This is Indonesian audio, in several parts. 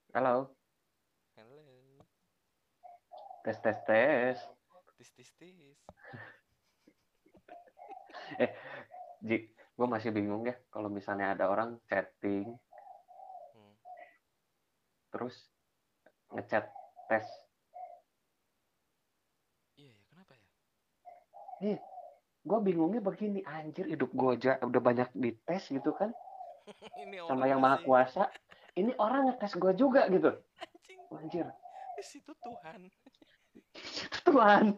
Halo, Halo, tes tes tes. tis tis tis. Eh, Ji, gue Kenapa? masih bingung ya kalau misalnya ada orang chatting Hmm. terus ngechat tes. Iya ya, kenapa ya? Nih, gue bingungnya begini, anjir hidup gue aja udah banyak dites gitu kan, Ini sama orang yang maha masih kuasa. Ini orang ngetes gue juga gitu. anjing. Anjir, Di situ Tuhan. Tuhan.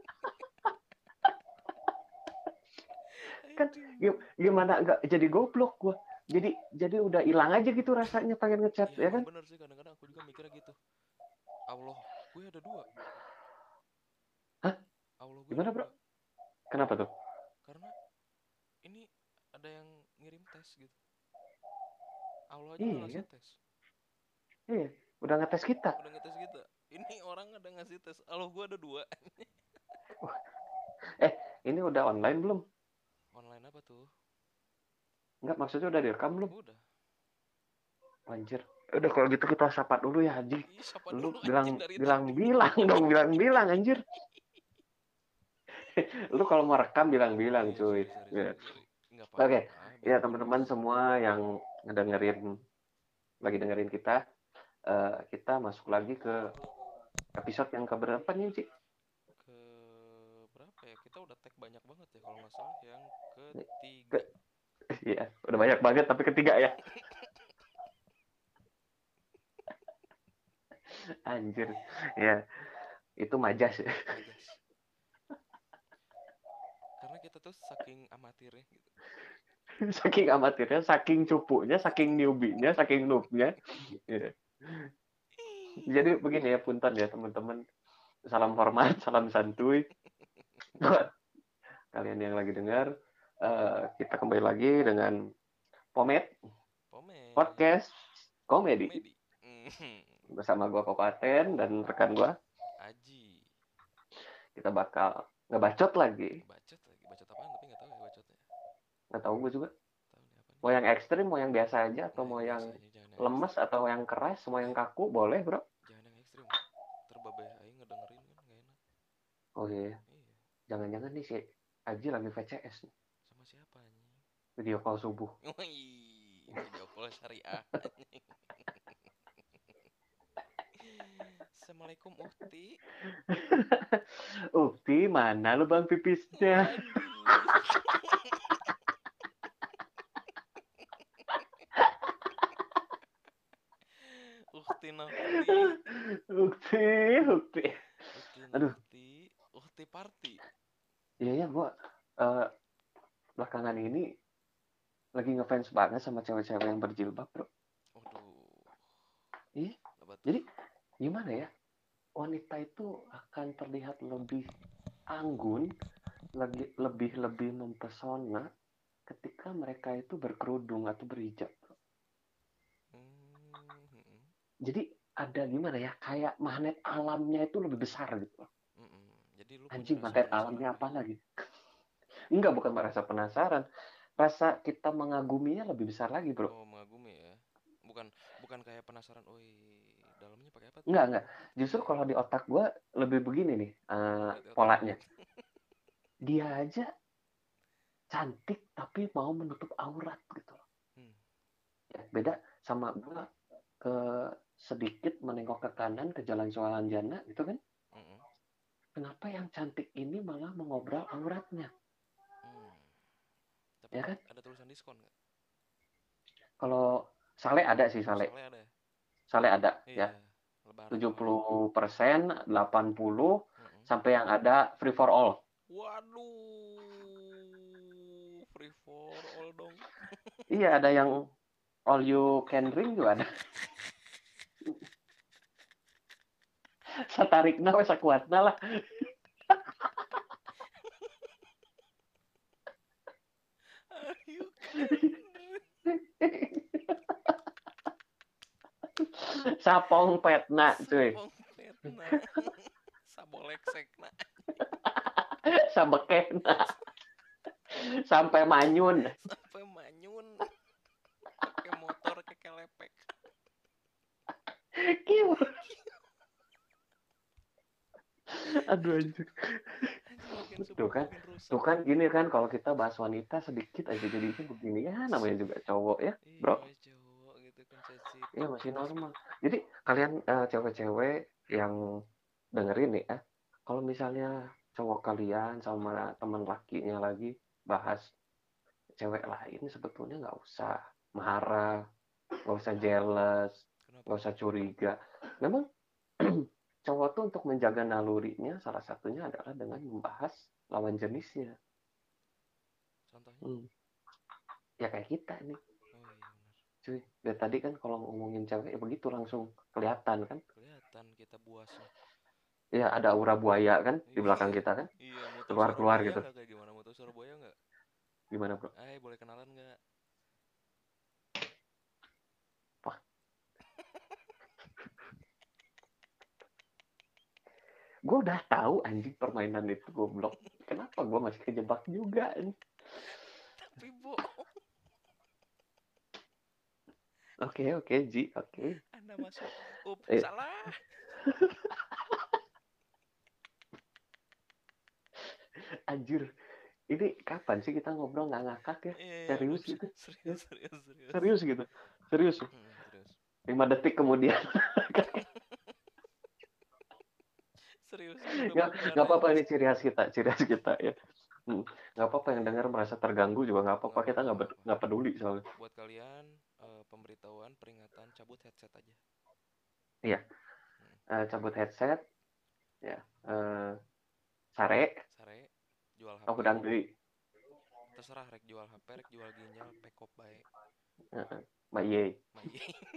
Kan Aduh. gimana nggak jadi goblok gue. Jadi udah hilang aja gitu rasanya pengen ngechat Ya ya emang kan. bener sih, kadang-kadang aku juga mikirnya gitu. Allah, gue ada dua. Hah? Allah gue ada Gimana bro? dua. Kenapa tuh? Karena ini ada yang ngirim tes gitu. Allah aja udah Iya ngasih kan? tes. Iya, udah ngetes kita. Udah ngetes kita. Ini orang ada ngasih tes. Allah gue ada dua. Eh, ini udah online belum? Online apa tuh? Enggak, maksudnya udah direkam belum? Udah. Anjir. Udah kalau gitu kita sapa dulu ya Haji. Ih, siapa Lu dulu bilang anjing dari bilang tadi. bilang dong, bilang bilang anjir. Lu kalau mau rekam bilang-bilang Iya, cuy. sorry, sorry, Ya. sorry, sorry. Nggak Oke. apa-apa, Ya biar teman-teman polos. semua yang ngedengerin lagi dengerin kita, kita masuk lagi ke episode yang keberapa nih, Ci? Ke berapa ya? Kita udah tag banyak banget ya kalau nggak salah yang Ke, ketiga. ya, udah banyak banget tapi ketiga ya. Anjir. Ya, itu majas ya. Majas. Karena kita tuh saking amatirnya gitu. Saking amatirnya, saking cupunya, saking newbie-nya, saking noob-nya. Ya. Jadi begini ya, punten ya teman-teman. Salam hormat, salam santuy buat kalian yang lagi dengar. Kita kembali lagi dengan Pomet Pomet. Podcast Komedi Komedi. Hmm. bersama gua Kopaten dan rekan gua. Aji. Kita bakal ngebacot lagi. Bacot lagi. Bacot apaan tapi nggak tahu ya bacotnya. Nggak tahu gua juga. Tahu nih apa nih? Mau yang ekstrim, mau yang biasa aja, atau Nggak, mau yang yang biasa aja, jangan yang lemes, ekstrim. atau yang keras, mau yang kaku, boleh bro. Jangan yang ekstrim. Terbabeh aing ngedengerin kan nggak enak. Oh iya, Iya. jangan-jangan nih si Aji lagi VCS nih. Sama siapa anjing? Video call subuh. Wih, video call syariah. Assalamualaikum Uhti. Ukti, mana lubang pipisnya? Waduh. Ukti Nahti. Ukti, Ukti. Ukti Aduh, Nahti. Ukti Party. iya ya, gua eh, belakangan ini lagi ngefans banget sama cewek-cewek yang berjilbab, bro. Waduh. Iya, Apa tuh? jadi gimana ya? Wanita itu akan terlihat lebih anggun, lebih mempesona ketika mereka itu berkerudung atau berhijab, bro. Hmm, hmm, Jadi ada gimana ya? Kayak magnet alamnya itu lebih besar gitu. Jadi lu punya Anjing, rasa magnet penasaran alamnya nih. apa lagi? Enggak, bukan merasa penasaran. Rasa kita mengaguminya lebih besar lagi, bro. Oh, mengagumi ya. Bukan bukan kayak penasaran, "Oi, dalamnya pakai apa tuh?" Enggak. Gitu Justru ya. kalau di otak gue lebih begini nih Apa di otak lu? polanya. Dia aja cantik tapi mau menutup aurat gitu loh. Hmm. Ya, beda sama gue ke sedikit menengok ke kanan ke jalan jana gitu kan. Mm-mm. Kenapa yang cantik ini malah mengobrol auratnya? Hmm. Tapi Ya kan? ada tulisan diskon nggak? Kalau Sale ada sih Sale. Soalnya ada ya? Sale ada ya. Iya, lebaran soalnya. 70%, 80 Mm-mm. sampai yang ada free for all. Waduh, free for all dong. Iya, ada yang all you can drink juga ada. Satarikna we sakuatna lah. Are you can Sapong petna cuy. Sapong petna. Sabolek sekna. Sabekena. Sampai manyun. Sampai manyun pakai motor kekelepek. Aduh anjir. Anjing makin Tuh subur kan, makin rusak. tuh kan gini kan kalau kita bahas wanita sedikit aja jadinya begini ya namanya juga cowok ya, Iya bro. namanya cowok gitu kan Ya sensitif masih kita normal. semua. Jadi kalian cewek-cewek yang dengerin nih ya, kalau misalnya cowok kalian sama teman lakinya lagi bahas cewek lain sebetulnya nggak usah marah, nggak usah jealous, Kenapa nggak emang? usah curiga. Memang cowok tuh untuk menjaga nalurinya salah satunya adalah dengan membahas lawan jenisnya. Contohnya? Hmm. Ya kayak kita nih, Oh iya benar. cuy. Dari tadi kan kalau ngomongin cewek ya begitu langsung kelihatan kan. Kelihatan kita buasnya. Ya ada aura buaya kan di belakang Iya. kita kan, Iya, mau tahu suara keluar-keluar buaya gitu. nggak kayak gimana? Mau tahu suara buaya nggak? Gimana bro? Boleh kenalan nggak? Wah, gue udah tahu anjing permainan itu goblok. Kenapa gue masih kejebak juga? Tapi bohong. Oke oke Ji, oke. Anda masuk. Up, Eh, salah. anjir, ini kapan sih kita ngobrol nggak ngakak ya? Iya, udah Serius gitu? Ya, serius, serius, serius. serius gitu? Serius? Serius. 5 detik kemudian. Serius, ini udah Nggak darahnya apa-apa udah ini ciri khas kita ya. Nggak apa-apa yang dengar merasa terganggu juga nggak apa-apa, nggak kita apa-apa, nggak apa-apa. nggak peduli soalnya. Buat kalian pemberitahuan, peringatan, cabut headset aja. Iya, Hmm. cabut headset, ya, sare, Sare, jual aku HP. udang deui. Terserah rek jual HP, rek jual ginjal, pekop bae. Heeh. Baye. Mai.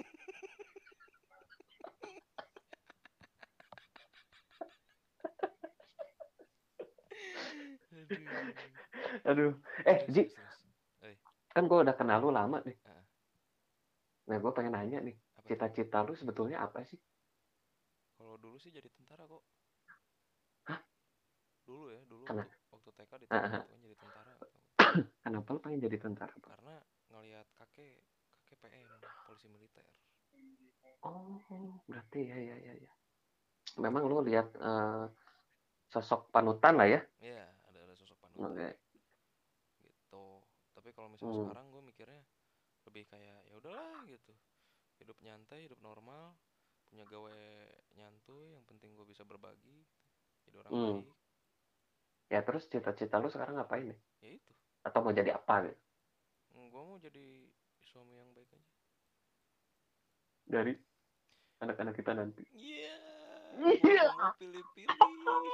Aduh. Aduh, Serius, Ji, serius, serius. Eh, kan gue udah kenal lu lama nih. ah, Nah, gue pengen nanya nih, apa tuh? cita-cita lu sebetulnya apa sih? Kalau dulu sih jadi tentara kok. Hah? Dulu ya, dulu Kenapa? waktu TK ditanya-tanya jadi tentara kata aku. Kenapa lu pengen jadi tentara, bro? Karena ngelihat kakek kakek PM, polisi militer. Oh, berarti ya. Memang lu lihat sosok panutan lah ya? Iya, ada sosok panutan Oke. gitu. Tapi kalau misalnya Hmm. sekarang gue mikirnya lebih kayak ya udahlah gitu. Hidup nyantai, hidup normal, punya gawe nyantuy, yang penting gue bisa berbagi gitu. Jadi orang Hmm. baik. Ya terus cita-cita lu sekarang ngapain nih? Ya itu. Atau mau jadi apa gitu? Gue mau jadi suami yang baik aja. Dari anak-anak kita nanti. Iya, gue Iya. nggak mau pilih-pilih.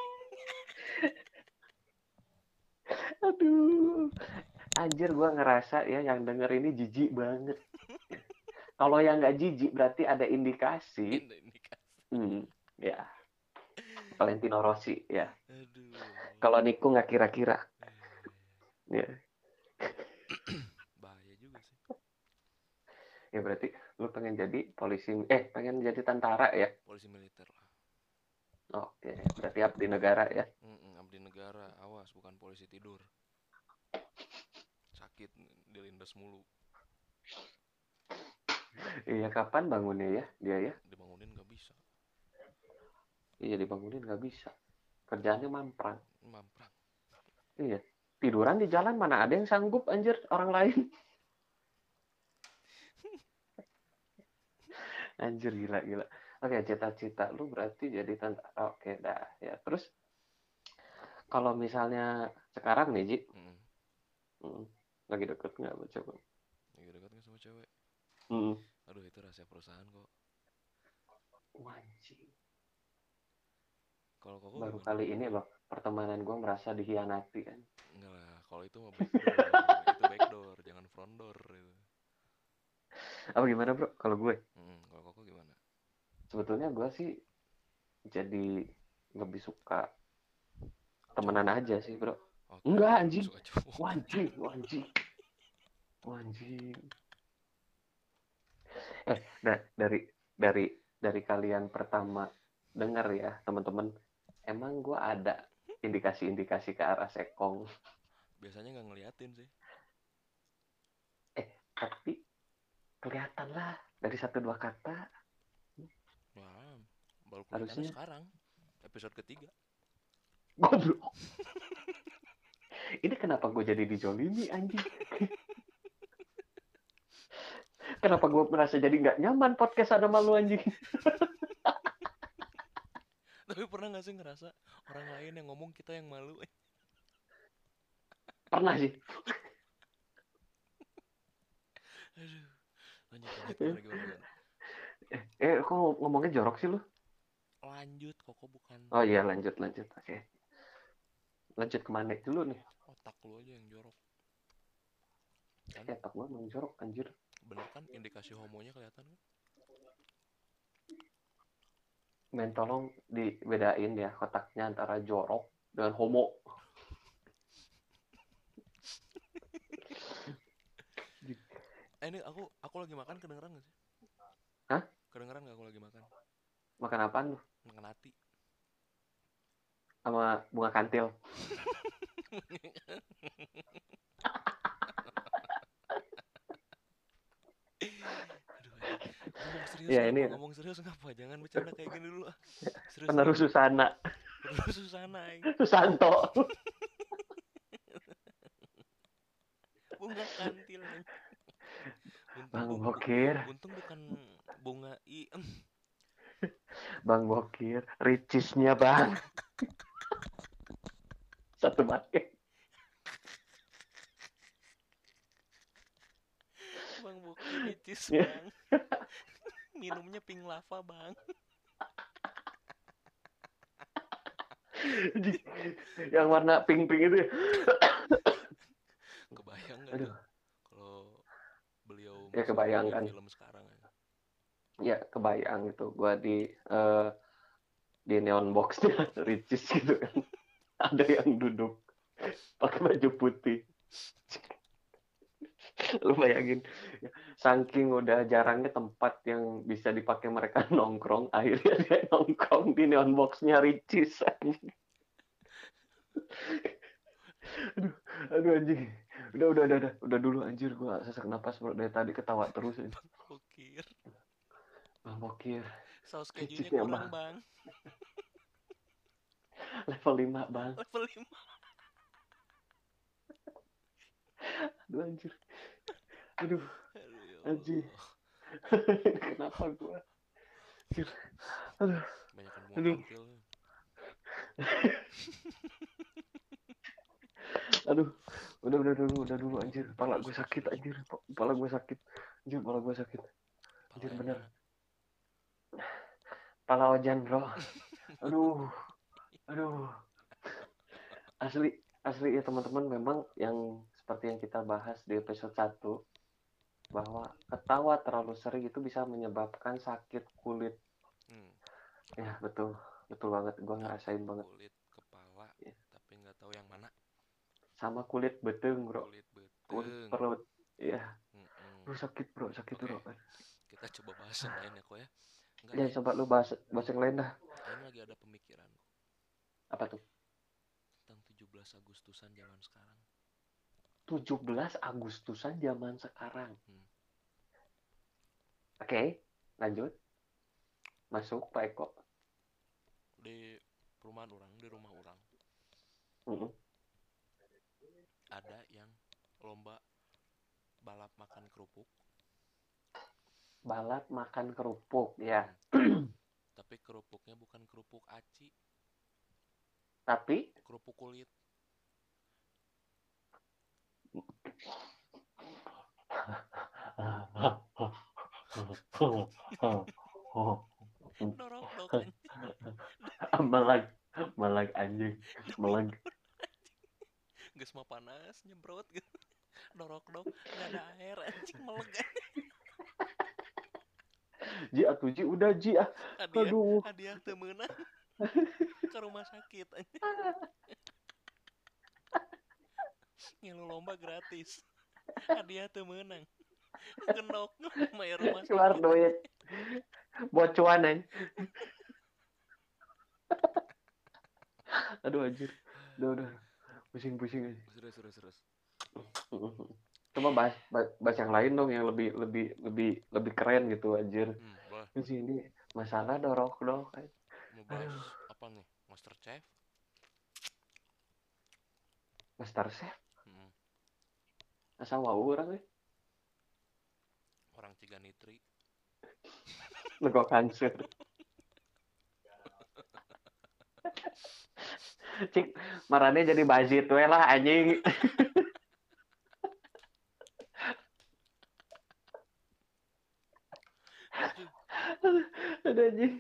Aduh. Anjir gue ngerasa ya yang denger ini jijik banget. Kalau yang nggak jijik berarti ada indikasi. Ini indikasi. Ya, Valentino Rossi ya. Aduh. Kalau Niku nggak kira-kira. Iya, iya, iya. Ya. Bahaya juga sih. Ya berarti lu pengen jadi polisi, pengen jadi tentara ya? Polisi militer lah. Oke, berarti abdi negara ya? Abdi negara, awas bukan polisi tidur. Sakit dilindas mulu. Iya, kapan bangunnya ya dia ya? Dibangunin nggak bisa. Iya, dibangunin nggak bisa. Kerjaannya mamprang. Mamprang. Iya, tiduran di jalan mana ada yang sanggup anjir orang lain. Anjir gila. Oke, cita-cita lu berarti jadi tentara. Oke, dah ya. Terus kalau misalnya sekarang nih, Ji, Mm. hmm, lagi deket nggak coba? Lagi dekat nggak sama cewek? Hmm. Aduh itu rahasia perusahaan kok. Wajib. Kalau koko Baru gimana? kali ini loh pertemanan gue merasa dihianati kan. Enggak lah, kalau itu mah backdoor. Itu backdoor, jangan front door itu. Apa gimana bro? Kalau gue, Kalau koko gimana? sebetulnya gue sih jadi lebih suka temenan Cowok. aja sih bro. Oh Enggak kirain lebih anjing. suka cowok. Wajib. Anjing. Dari kalian pertama dengar ya teman-teman, emang gue ada indikasi-indikasi ke arah sekong. Biasanya nggak ngeliatin sih. Tapi kelihatan lah dari satu dua kata Wah, baru kelihatannya harusnya. sekarang. Episode ketiga. Goblok. Ini kenapa gue jadi dijolimi anjing? Kenapa gue merasa jadi nggak nyaman podcast ada malu anjing? Tapi pernah gak sih ngerasa orang lain yang ngomong kita yang malu? Pernah sih. Aduh. Lanjut gimana? Kok ngomongnya jorok sih lu? Lanjut, Koko bukan. Oh iya, lanjut. Oke. Lanjut kemana dulu nih? Otak lu aja yang jorok. Kan? Otak gue emang jorok, anjir. Bener kan indikasi homonya kelihatan kan? Men, tolong dibedain ya kotaknya antara jorok dengan homo. Ini aku lagi makan, kedengeran gak sih? Hah? Kedengeran gak aku lagi makan? Makan apaan lu? Makan hati. Sama bunga kantil. Ngomong serius Ya, ngapa? ini Ngomong serius ngapa? Jangan bercanda kayak gini dulu. Serius. penerus Susana. Penerus Susana. Susanto. Bunga kantil. Bang Bokir. Untung bukan bunga Bang Bokir. Ricisnya bang. Satu paket. Bang Bokir ricis bang. Minumnya pink lava bang. Yang warna pink-pink itu. Kebayang gak tuh kalau beliau ya, masih kebayang main kan. film sekarang ya? Ya kebayang itu. Gua di neon boxnya Ricis gitu kan. Ada yang duduk pakai baju putih. Lu bayangin, saking udah jarangnya tempat yang bisa dipakai mereka nongkrong, akhirnya dia nongkrong di neon boxnya Ricis. Aduh anjing. Udah dulu anjir, gua sesak napas bro, dari tadi ketawa terus. Bang Bokir. Bang Bokir. Saus kejunya Ricisnya kurang bang. bang. Level 5 bang. Level 5. Aduh anjir. Aduh Ya anjir. Allah. Kenapa gua? Anjir. Aduh. Banyakan bunga Aduh. kantil. Aduh. Udah dulu anjir. Kepala gue sakit anjir. Kepala gue sakit. Anjir bener. Kepala ojan bro. Aduh. Asli ya teman-teman, memang yang seperti yang kita bahas di episode 1, bahwa ketawa terlalu sering itu bisa menyebabkan sakit kulit. Ya betul banget, gue ngerasain banget. Kulit kepala ya. Tapi nggak tahu yang mana. Sama kulit beteng bro. Kulit perut. Ya. Sakit bro. Kita coba bahas yang lain ya kok ya. Ya coba lu bahas yang lain dah. Ini lagi ada pemikiran. Apa tuh? Tentang 17 Agustusan zaman sekarang. 17 Agustusan zaman sekarang. Oke, lanjut. Masuk Pak Eko. Di perumahan orang, di rumah orang. Ada yang lomba balap makan kerupuk. Balap makan kerupuk, ya. Tapi kerupuknya bukan kerupuk aci. Tapi kerupuk kulit. Dorok anjing. Melag anjing. Melag. Geus mah panas nyemprot gitu. Dorok enggak ada air anjing meleg. Ji atuh Ji, udah Ji ah. Aduh. Hadiah teu meunang. Ke rumah sakit anjing. Ngilu lomba gratis. Hadiah teu meunang. Genok bayar rumah sakit. Keluar duit. Bocuan anjing. Aduh anjir. Udah. Pusing aja. Serius. Coba bahas yang lain dong, yang lebih keren gitu anjir. Boleh. Di sini masalah dorok. Mau bahas apa nih? Master Chef? Master Chef Mm, asa wau urang we orang Ciganitri. lego cancer cik marane jadi bazit we lah anjing. Aduh. Aduh anjing.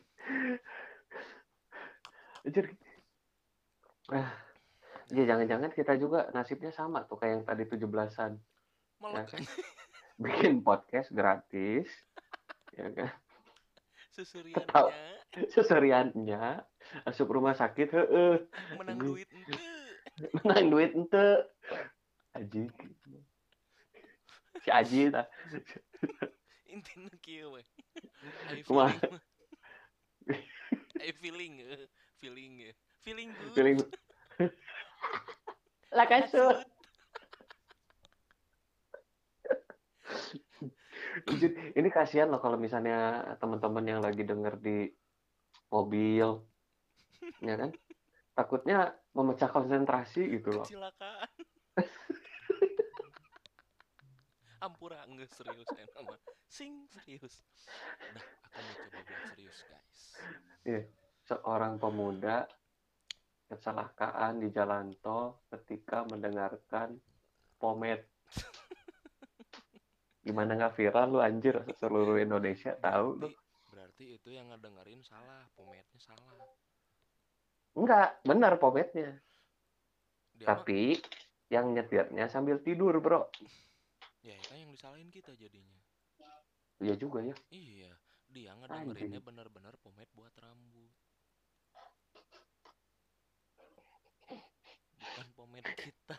Anjir. Ah, ya jangan-jangan kita juga nasibnya sama tuh kayak yang tadi 17-an, ya kan? Melek Bikin podcast gratis, ya kan? Tetap susuriannya seseriannya masuk rumah sakit, heeh. menang Anjing, duit ente. menang duit ente. Anjing, si Aji tah. Intinya kieu we. I Kumaha feeling I feeling feeling feeling good. feeling lah kasut. Hasut. Anjir, ini kasihan loh kalau misalnya teman-teman yang lagi denger di mobil, ya kan? Takutnya memecah konsentrasi gitu loh. Kecelakaan. Ampura enggak serius mah. Sing serius. Dah, aku mau coba buat serius, guys. Iya. Seorang pemuda kecelakaan di jalan tol ketika mendengarkan Pomade. Gimana nggak viral lu anjir seluruh Indonesia tahu lu. Berarti itu yang ngedengerin salah, pomade-nya salah. Enggak, benar Pomade-nya. Dia mah Tapi yang nyetirnya sambil tidur, Bro. ya kan yang disalahin kita jadinya. Iya juga ya. Iya, dia ngedengerinnya Anjing. bener-bener pomade buat rambut. Bukan pomade kita.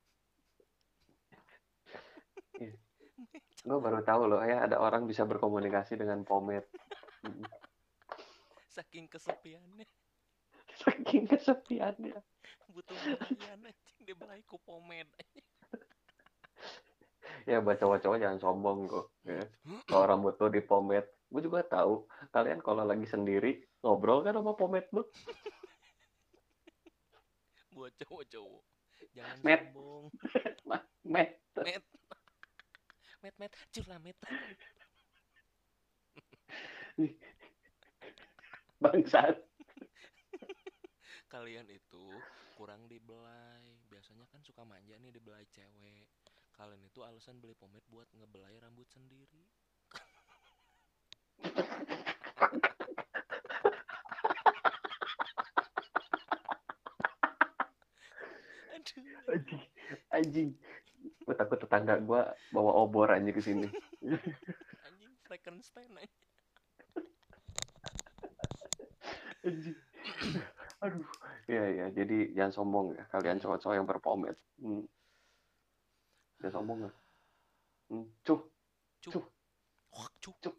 Iya. Gue baru tahu loh ya ada orang bisa berkomunikasi dengan Pomade. Saking kesepiannya, Saking kesepiannya. butuh belayan anjing dia belai ku pomade. Ya buat cowok-cowok jangan sombong kok. Ya. Kalau rambut lu di pomade, gue juga tahu. Kalian kalau lagi sendiri ngobrol kan sama pomade lu. Buat cowok-cowok, jangan Met, sombong. met, Met, met, curlah met. bangsat. Kalian itu kurang dibelai. Biasanya kan suka manja nih dibelai cewek. Kalian itu alasan beli pomade buat ngebelai rambut sendiri. Aduh, Anjing, anjing. Gue takut tetangga gue bawa obor aja ke sini. anjing Frankenstein aja. Anjing. Aduh. Ya ya, jadi jangan sombong ya kalian cowok-cowok yang berpomade. Jangan sombong ya. Cuh, Cuk, cuh, wah, cuk. cuh.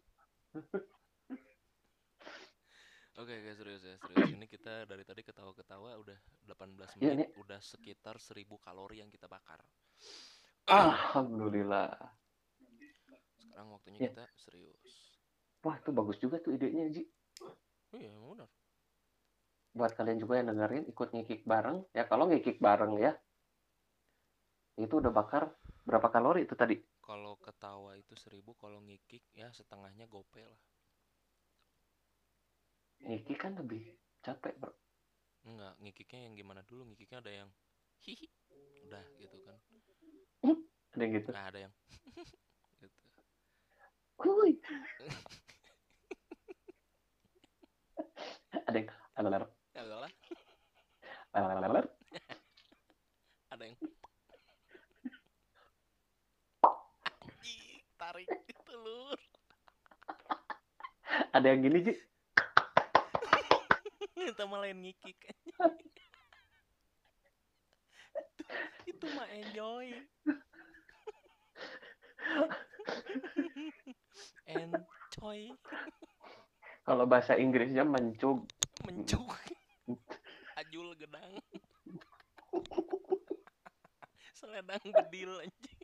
Oke, serius ya, serius. Ini kita dari tadi ketawa-ketawa udah 18 Iya menit, nih. udah sekitar 1000 kalori yang kita bakar. Alhamdulillah. Sekarang waktunya Ya. kita serius. Wah, itu bagus juga tuh idenya, Ji. Iya, benar. Buat kalian juga yang dengerin, ikut ngikik bareng. Ya, kalau ngikik bareng ya, itu udah bakar berapa kalori itu tadi? Kalau ketawa itu 1000, kalau ngikik ya setengahnya gope lah. Ngikik kan lebih capek, bro. Enggak, ngikiknya yang gimana dulu? Ngikiknya ada yang hihi, udah gitu kan. Ada yang gitu. Nah, ada yang gitu. Kuy. Ada yang lalar. Adalah Lalar. ada yang anjing, tarik itu lur. Ada yang gini, Ji. Itu mah lain ngikik. Itu mah enjoy. Enjoy. Kalau bahasa Inggrisnya mencug. Mencuk. Ajul gedang. Seledang bedil anjing.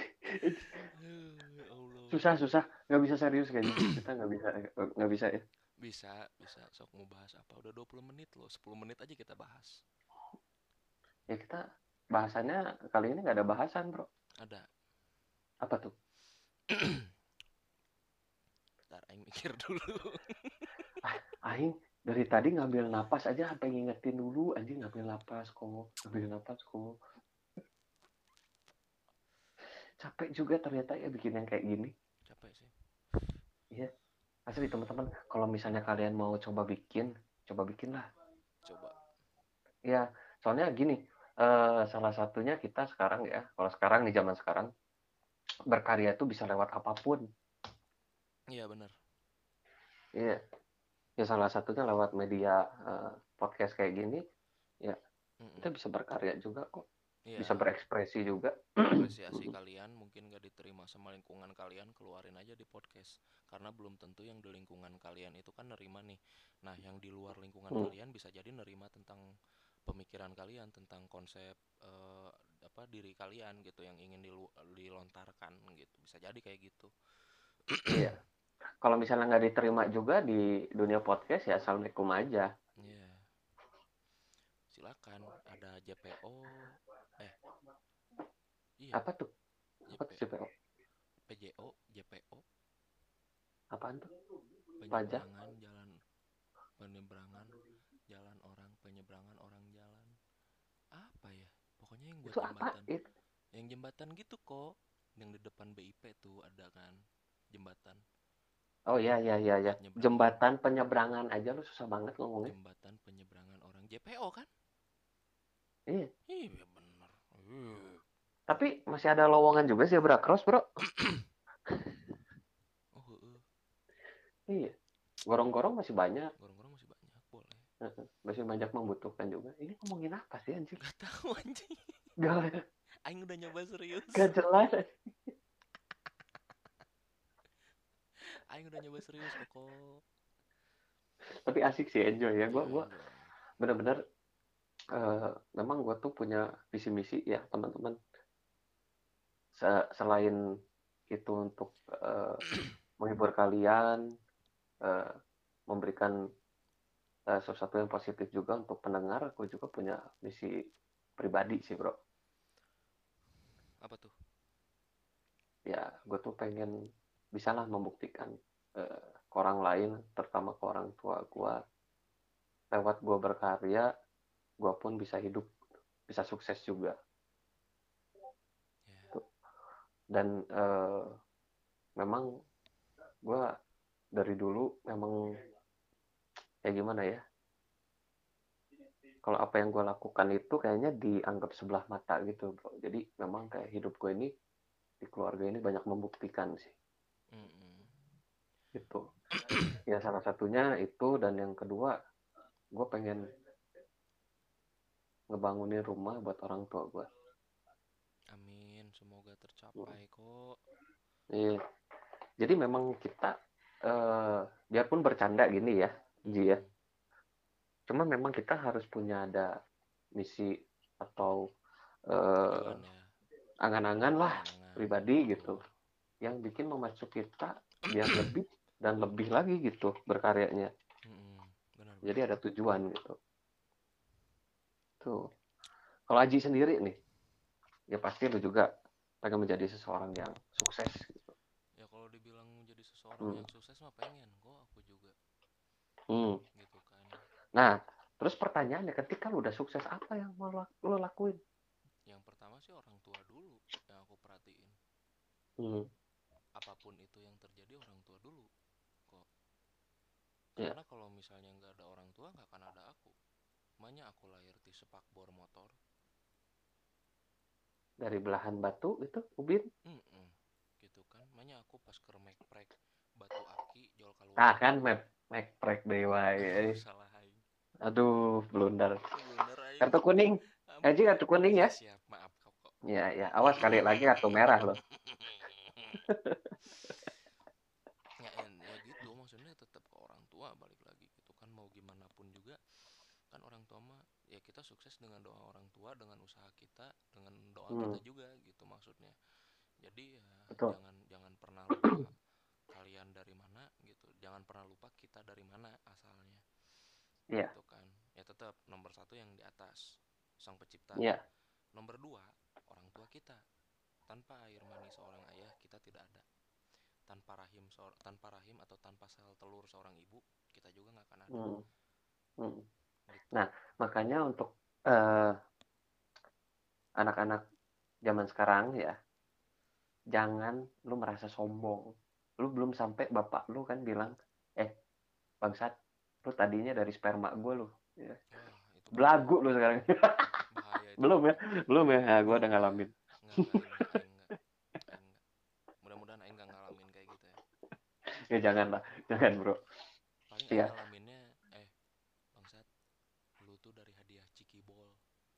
Allah. Susah, nggak bisa serius kayaknya. Kita nggak bisa ya. Bisa, sok mau bahas apa? Udah 20 menit loh, 10 menit aja kita bahas. Ya kita bahasannya kali ini nggak ada bahasan bro. Ada. Apa tuh? Ntar aing mikir dulu. Aing dari tadi ngambil napas aja sampai ngingetin dulu anjing, ngambil napas kok, ngambil napas kok. Capek juga ternyata ya bikin yang kayak gini. Capek sih. Iya, asli teman-teman, kalau misalnya kalian mau coba bikin lah. Coba. Ya, soalnya gini, salah satunya kita sekarang ya, kalau sekarang di zaman sekarang berkarya itu bisa lewat apapun. Iya benar. Iya, ya salah satunya lewat media podcast kayak gini, ya Mm-mm. kita bisa berkarya juga kok, bisa Iya. berekspresi juga. Apresiasi kalian mungkin gak diterima sama lingkungan kalian, keluarin aja di podcast. Karena belum tentu yang di lingkungan kalian itu kan nerima nih. Nah, yang di luar lingkungan Hmm, kalian bisa jadi nerima tentang pemikiran kalian, tentang konsep apa diri kalian gitu yang ingin dilontarkan gitu. Bisa jadi kayak gitu. iya. Kalau misalnya nggak diterima juga di dunia podcast ya assalamualaikum aja. Iya, silakan. Ada JPO, eh iya, Apa tuh? Apa tuh JP, CPO? PJO, JPO, Apaan tuh? Pajak? penyeberangan jalan, penyeberangan jalan orang, penyeberangan orang jalan. Apa ya? Pokoknya yang buat Itu apa? jembatan. Itu? Yang jembatan gitu kok. Yang di depan BIP tuh ada kan jembatan Oh ya ya ya ya. buat nyebrangin. Jembatan penyeberangan aja lu susah banget ngomongnya. Jembatan penyeberangan orang, JPO kan? Iya. Iya bener. Tapi masih ada lowongan juga sih Bro Cross, Bro. Oh, Iya. Gorong-gorong masih banyak. gorong-gorong masih banyak, boleh. Masih banyak membutuhkan juga. Ini ngomongin apa sih anjing? Gak tahu anjing. Gak, Aing udah nyoba serius. gak jelas. Aing udah nyoba serius kok. Tapi asik sih, enjoy ya. Iya, Gua enjoy. bener-bener memang gue tuh punya visi misi ya teman-teman. Selain itu untuk menghibur kalian, uh, memberikan sesuatu yang positif juga untuk pendengar, gue juga punya misi pribadi sih bro. Apa tuh? Ya gue tuh pengen bisalah membuktikan ke orang lain, terutama ke orang tua gue, lewat gue berkarya gue pun bisa hidup, bisa sukses juga. Ya. Dan memang gue dari dulu memang kayak gimana ya, kalau apa yang gue lakukan itu kayaknya dianggap sebelah mata gitu bro. Jadi memang kayak hidup gue ini di keluarga ini banyak membuktikan sih Mm-mm. gitu. Ya salah satunya itu, dan yang kedua gue pengen ngebangunin rumah buat orang tua gue. Amin, semoga tercapai kok. Iya. Jadi memang kita biarpun bercanda gini ya Ji ya, Mm-mm. cuma memang kita harus punya ada misi atau eh, Tujuan ya, angan-angan lah angan-angan, pribadi gitu betul. yang bikin memacu kita biar lebih dan lebih lagi gitu berkaryanya. Mm-mm. Jadi Benar-benar. ada tujuan gitu. Tuh. Kalau Aji sendiri nih, ya pasti lu juga pengen menjadi seseorang yang sukses gitu. Ya kalau dibilang menjadi seseorang Hmm. yang sukses mah pengen kok aku juga. Hmm. Gitu kan. Nah, terus pertanyaannya ketika lu udah sukses apa yang mau lu lakuin? Yang pertama sih orang tua dulu yang aku perhatiin. Hmm. Apapun itu yang terjadi orang tua dulu kok. Ya, Karena kalau misalnya nggak ada orang tua nggak akan ada aku. Makanya aku lahir di sepak bor motor. dari belahan batu itu ubin. Mm-mm. Gitu kan. Makanya aku pas kermek prek batu aki jol Ah keluar. kan map prek dewa ya. Aduh salah aing. Aduh, blunder. Blunder aing. Kartu kuning. Aji Ampun. kartu kuning Iya ya. siap, maaf kok. Ya, ya. Awas kali lagi kartu merah loh. Ya gitu maksudnya tetap ke orang tua balik lagi gitu kan mau gimana pun juga kan orang tua mah ya kita sukses dengan doa orang tua dengan usaha kita dengan doa Hmm, kita juga gitu maksudnya jadi ya betul. jangan jangan pernah lupa kalian dari mana gitu jangan pernah lupa kita dari dari mana asalnya Iya, gitu kan. Ya tetap nomor satu yang di atas, sang pencipta. iya. Nomor dua, orang tua kita. Tanpa air mani seorang ayah kita tidak ada. Tanpa rahim atau tanpa sel telur seorang ibu kita juga nggak akan ada Hmm, hmm. gitu. Nah, makanya untuk eh, anak-anak zaman sekarang ya, jangan lu merasa sombong. Lu belum sampai bapak lu kan bilang, bangsat, lu tadinya dari sperma gue lu. Ya. Wah itu bahaya, Belagu lu sekarang. bahaya itu Belum ya, bahaya. belum ya. Nah, gue Belum udah lah, ngalamin. nggak aing nggak. Mudah-mudahan aing nggak ngalamin kayak gitu ya. Ya jangan lah, jangan bro. Paling aing Ya, ngalaminnya bangsat, lu tuh dari hadiah Ciki Ball.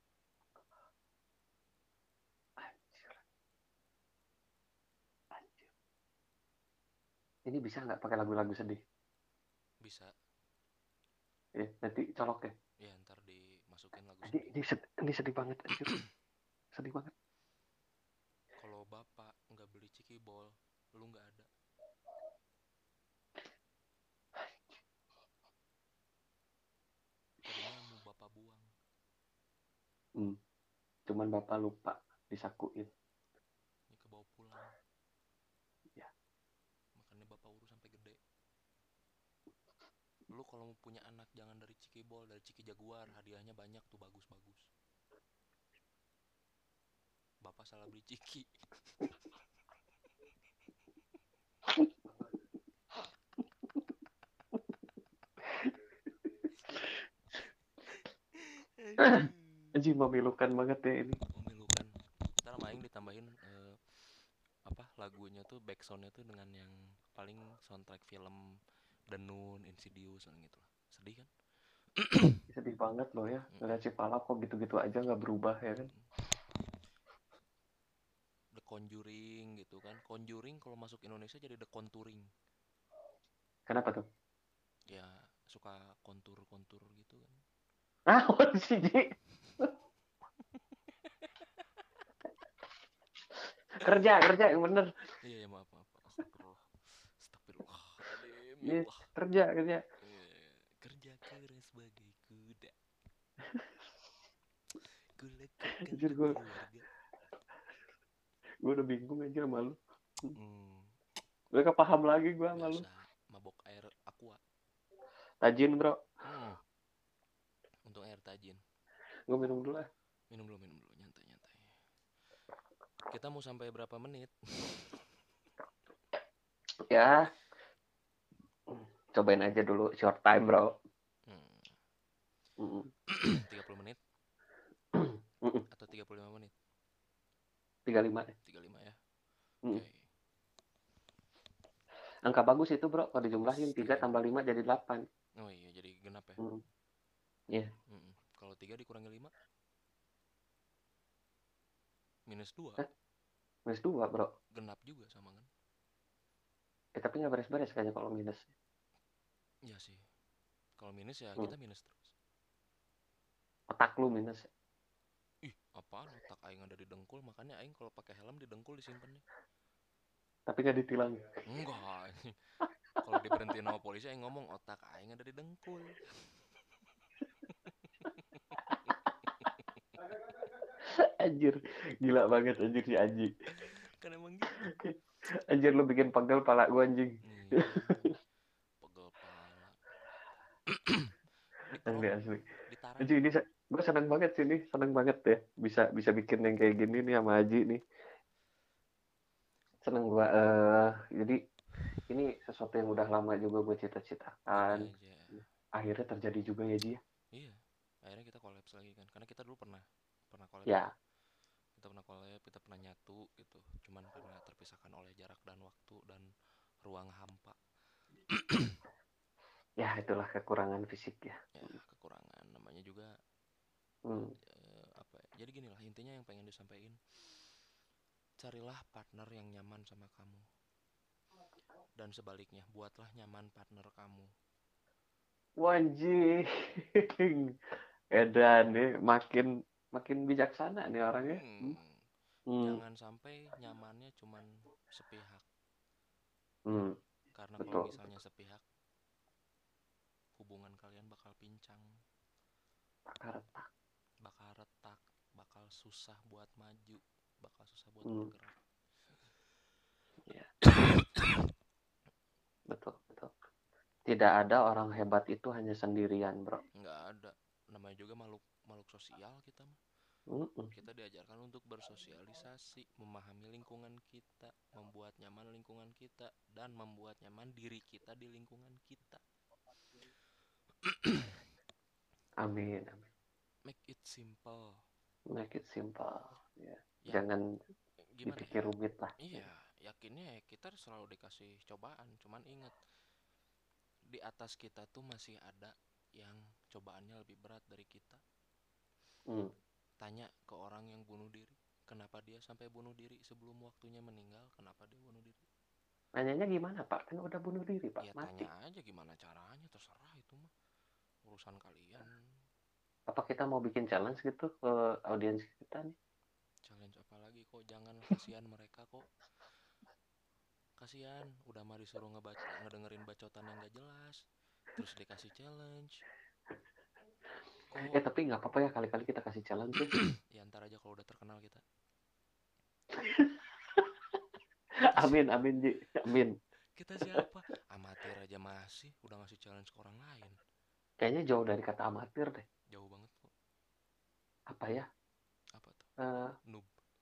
ini bisa nggak pakai lagu-lagu sedih? Bisa Ya, nanti colok ya. ya, ntar dimasukin lagu Ini, sedih. ini sedih banget anjir. Sedih banget. Kalau bapak nggak beli Ciki Ball, lu nggak ada. Tadinya mau bapak buang. Hmm. Cuman bapak lupa disakuin. Ini kebawa pulang. Ya, Makanya bapak urus sampai gede. Lu kalau mau punya anak jangan dari Ciki Ball, dari Ciki Jaguar, hadiahnya banyak tuh, bagus-bagus. Bapak salah beli Ciki. anjing memilukan banget ya ini. Memilukan. Ntar main ditambahin lagunya tuh, backsoundnya tuh dengan yang paling soundtrack film The Nun, Insidious, gitu lah. Sedih kan? Sedih banget loh ya. Mm-mm. Ngeliat si Pala kok gitu-gitu aja nggak berubah ya kan. The Conjuring gitu kan. Conjuring kalau masuk Indonesia jadi The Contouring. Kenapa tuh? Ya suka kontur-kontur gitu kan. Ah, sih Ji. Kerja yang bener. Iya ya, maaf maaf. Astagfirullah. Astagfirullahaladzim, ya Yes, Allah. kerja. Iya, kerja keras bagai kuda, kulakukan Anjir untuk gue keluarga. udah bingung aja sama lu. Hmm, Gue kepaham lagi gue sama lu. biasa mabok air aqua. Tajin bro. Hmm, untuk air tajin. Gue minum dulu lah. Minum dulu, nyantai nyantai. Kita mau sampai berapa menit? Ya, cobain aja dulu short time bro. Hmm, Mm-mm. 30 menit Mm-mm. atau 35 menit? 35 ya. 35 ya. Mm. Oke. Angka bagus itu bro. Kalau dijumlahin Bagus 3 35. tambah 5 jadi 8. Oh iya, jadi genap ya. Mm. Yeah. Kalau 3 dikurangi 5 minus 2. Hah? Minus 2 bro. Genap juga sama kan? Tapi nggak beres-beres kayaknya kalau minus. Iya sih. Kalau minus ya Mm. kita minus terus. Otak lu minus. Ih, apaan, otak aing ada di dengkul, makanya aing kalau pakai helm di dengkul disimpannya. Tapi nggak ditilang. Enggak. Kalau diberhentiin sama polisi aing ngomong otak aing ada di dengkul. Anjir. Gila banget anjir si anjing. Kan emang gitu. Anjir lu bikin pegel pala gue anjing. Nih, pegel pala. Ini Asli, perut asli. ditarik. Anjing ini gue seneng banget sih nih. Seneng banget ya. Bisa bikin yang kayak gini nih sama Haji nih. Seneng gue. Jadi ini sesuatu yang udah lama juga gue Ini cita-citakan. aja. Akhirnya terjadi juga ya Ji. Iya. Akhirnya kita kolaps lagi kan. Karena kita dulu pernah kolaps ya. Ya, Kita pernah collab, kita pernah nyatu gitu. Cuman karena terpisahkan oleh jarak dan waktu dan ruang hampa. ya itulah kekurangan fisik ya. Ya, kekurangan namanya juga. Hmm. Jadi gini lah, intinya yang pengen disampaikan, carilah partner yang nyaman sama kamu, dan sebaliknya buatlah nyaman partner kamu. Wanjing. Edan nih makin makin bijaksana nih orangnya. Hmm. Jangan sampai nyamannya cuman sepihak. Hmm. Karena kalau Betul. misalnya sepihak, hubungan kalian bakal pincang, Bakal retak. bakal retak, bakal susah buat maju, bakal susah buat Hmm, bergerak. ya, betul, betul. Tidak ada orang hebat itu hanya sendirian, bro. Nggak ada, namanya juga makhluk makhluk sosial kita mah. Mm-mm. Kita diajarkan untuk bersosialisasi, memahami lingkungan kita, membuat nyaman lingkungan kita, dan membuat nyaman diri kita di lingkungan kita. Amin, amin. Make it simple. Make it simple. Ya. Ya, Jangan gimana dipikir ya? rumit lah. Iya, yakinnya ya kita selalu dikasih cobaan. Cuman ingat, di atas kita tuh masih ada yang cobaannya lebih berat dari kita. Hmm. Tanya ke orang yang bunuh diri, kenapa dia sampai bunuh diri sebelum waktunya meninggal, kenapa dia bunuh diri. Nanyanya gimana, Pak? Kan udah bunuh diri, Pak. Ya Mati. tanya aja gimana caranya, terserah itu mah urusan kalian. Apa kita mau bikin challenge gitu ke audiens kita nih? Challenge apa lagi kok, janganlah, kasihan mereka kok. Kasihan, udah mah disuruh ngedengerin bacotan yang gak jelas, terus dikasih challenge. Kok Tapi nggak apa-apa ya, kali-kali kita kasih challenge ya. ya ntar aja kalau udah terkenal kita. Kita Amin, amin, Ji. Amin. kita siapa? Amatir aja masih udah ngasih challenge ke orang lain. Kayaknya jauh dari kata amatir deh. Jauh banget kok. Apa ya? Apa tuh? Eh, Noob.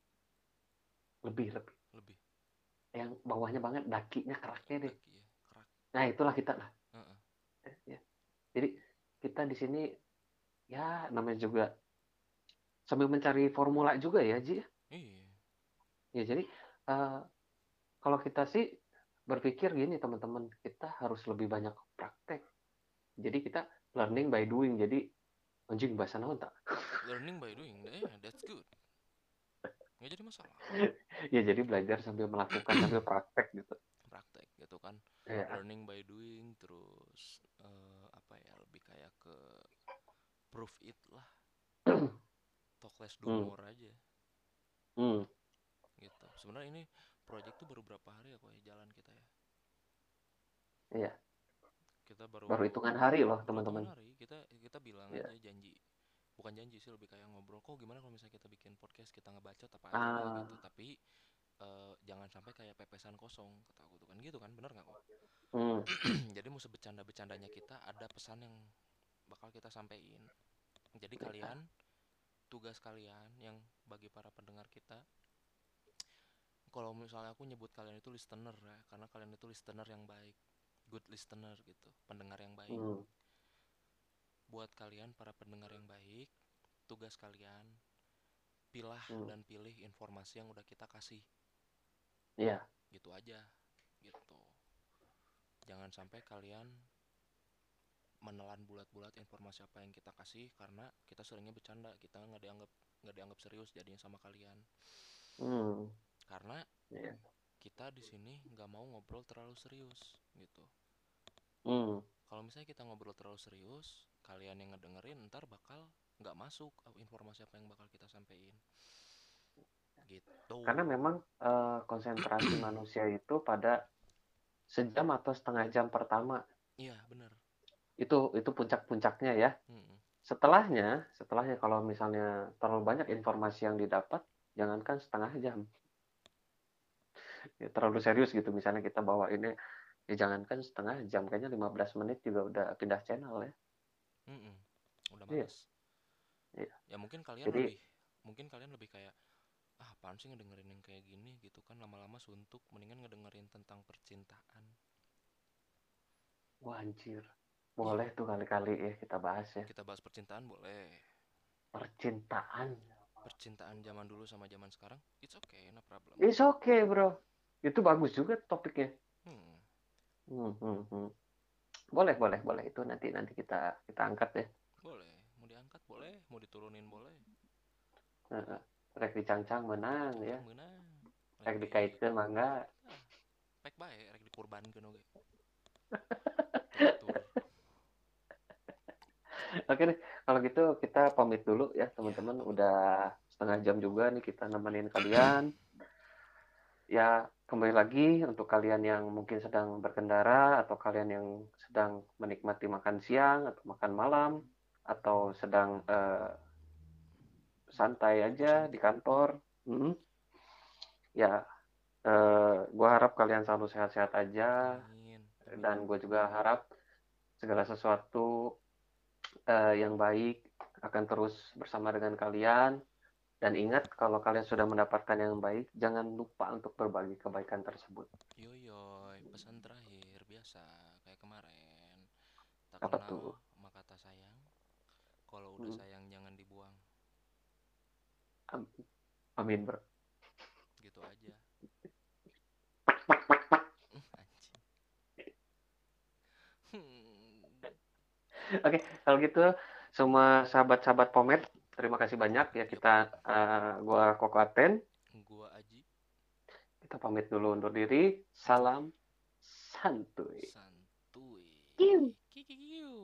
lebih, lebih. Lebih. Yang bawahnya banget, dakinya, keraknya deh. Daki ya, kerak. Nah, itulah kita lah. Heeh. Ya. Jadi kita di sini ya namanya juga sambil mencari formula juga ya, Ji. Iya. Ya, jadi eh, kalau kita sih berpikir gini, teman-teman, kita harus lebih banyak praktek. Jadi kita learning by doing. Jadi anjing bahasa naon tak? Learning by doing. Yeah, that's good. Nggak jadi masalah. Ya jadi belajar sambil melakukan sambil praktek gitu. Praktek gitu kan. Ya. Learning by doing, terus apa ya, lebih kayak ke prove it lah. Talk less do Hmm. more aja Hmm. gitu. Sebenarnya ini project tuh baru berapa hari ya kok ya jalan kita ya. Iya. Kita Baru baru hitungan hari loh, baru hitungan teman-teman. hari. Kita bilang Ya. aja janji. Bukan janji sih, lebih kayak ngobrol. Kok gimana kalau misalnya kita bikin podcast, kita ngebacot apa aja kok Ah. gitu. Tapi jangan sampai kayak pepesan kosong, kata aku tuh kan gitu kan, bener nggak kok? Hmm. Jadi mau sebecanda-becandanya kita ada pesan yang bakal kita sampein. Jadi Ya. kalian, tugas kalian yang bagi para pendengar kita, kalau misalnya aku nyebut kalian itu listener ya, karena kalian itu listener yang baik, good listener gitu, pendengar yang baik. Hmm. Buat kalian para pendengar yang baik, tugas kalian pilah Hmm. dan pilih informasi yang udah kita kasih. Iya. Gitu aja. Gitu. Jangan sampai kalian menelan bulat-bulat informasi apa yang kita kasih, karena kita seringnya bercanda, kita nggak dianggap serius jadinya sama kalian. Hmm. Karena Iya. kita di sini nggak mau ngobrol terlalu serius gitu. Hmm. Kalau misalnya kita ngobrol terlalu serius, kalian yang ngedengerin ntar bakal nggak masuk informasi apa yang bakal kita sampaikan. Gitu. Karena memang konsentrasi manusia itu pada sejam atau setengah jam pertama. Iya bener. Itu puncak-puncaknya ya. Mm-mm. Setelahnya kalau misalnya terlalu banyak informasi yang didapat, jangankan setengah jam. Ya, terlalu serius gitu, misalnya kita bawa ini, ya jangankan setengah jam, kayaknya 15 menit juga udah pindah channel ya. Mm-mm. Udah Iya, males. iya. Ya Jadi mungkin kalian lebih kayak, apaan sih ngedengerin yang kayak gini gitu kan, lama-lama suntuk, mendingan ngedengerin tentang percintaan. wah anjir, Iya, boleh tuh kali-kali ya kita bahas ya kita bahas percintaan boleh. percintaan. Percintaan zaman dulu sama zaman sekarang, it's okay, no problem. It's okay bro, itu bagus juga topiknya. Hmm, Hmm. Boleh, boleh, boleh, itu nanti nanti kita angkat ya. boleh. Mau diangkat boleh, mau diturunin boleh. Rek dicangcang menang ya, Dicangcang menang. rek Rek di dikaitkan mangga. ah, pek bae, rek dikurbankeun oge. Diatur. Oke deh, kalau gitu kita pamit dulu ya Ya, teman-teman. pamit Udah dulu. setengah jam juga nih kita nemenin kalian. Ya, kembali lagi untuk kalian yang mungkin sedang berkendara atau kalian yang sedang menikmati makan siang atau makan malam atau sedang santai aja di Bersantai. kantor. Mm, ya, gue harap kalian selalu sehat-sehat aja Amin, amin, dan gue amin. juga harap segala sesuatu yang baik akan terus bersama dengan kalian. Dan ingat, kalau kalian sudah mendapatkan yang baik, jangan lupa untuk berbagi kebaikan tersebut. Yoyoy, pesan terakhir biasa kayak kemarin. Tak Apa kenal tuh? maka tak sayang. Kalau udah Hmm, sayang jangan dibuang. Amin, bro. Gitu aja. Anjing. Oke, kalau gitu semua sahabat-sahabat Pomet, terima kasih banyak ya Yup, gua Koko Aten, gua Aji. kita pamit dulu undur diri. Salam santuy. Santuy. Kiu. Kikiu.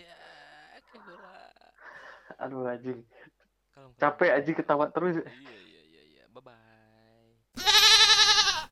Ja, kegora. Aduh anjing, Kalem, kalem, capek kalem, anjing kalem. ketawa terus. Iya, iya.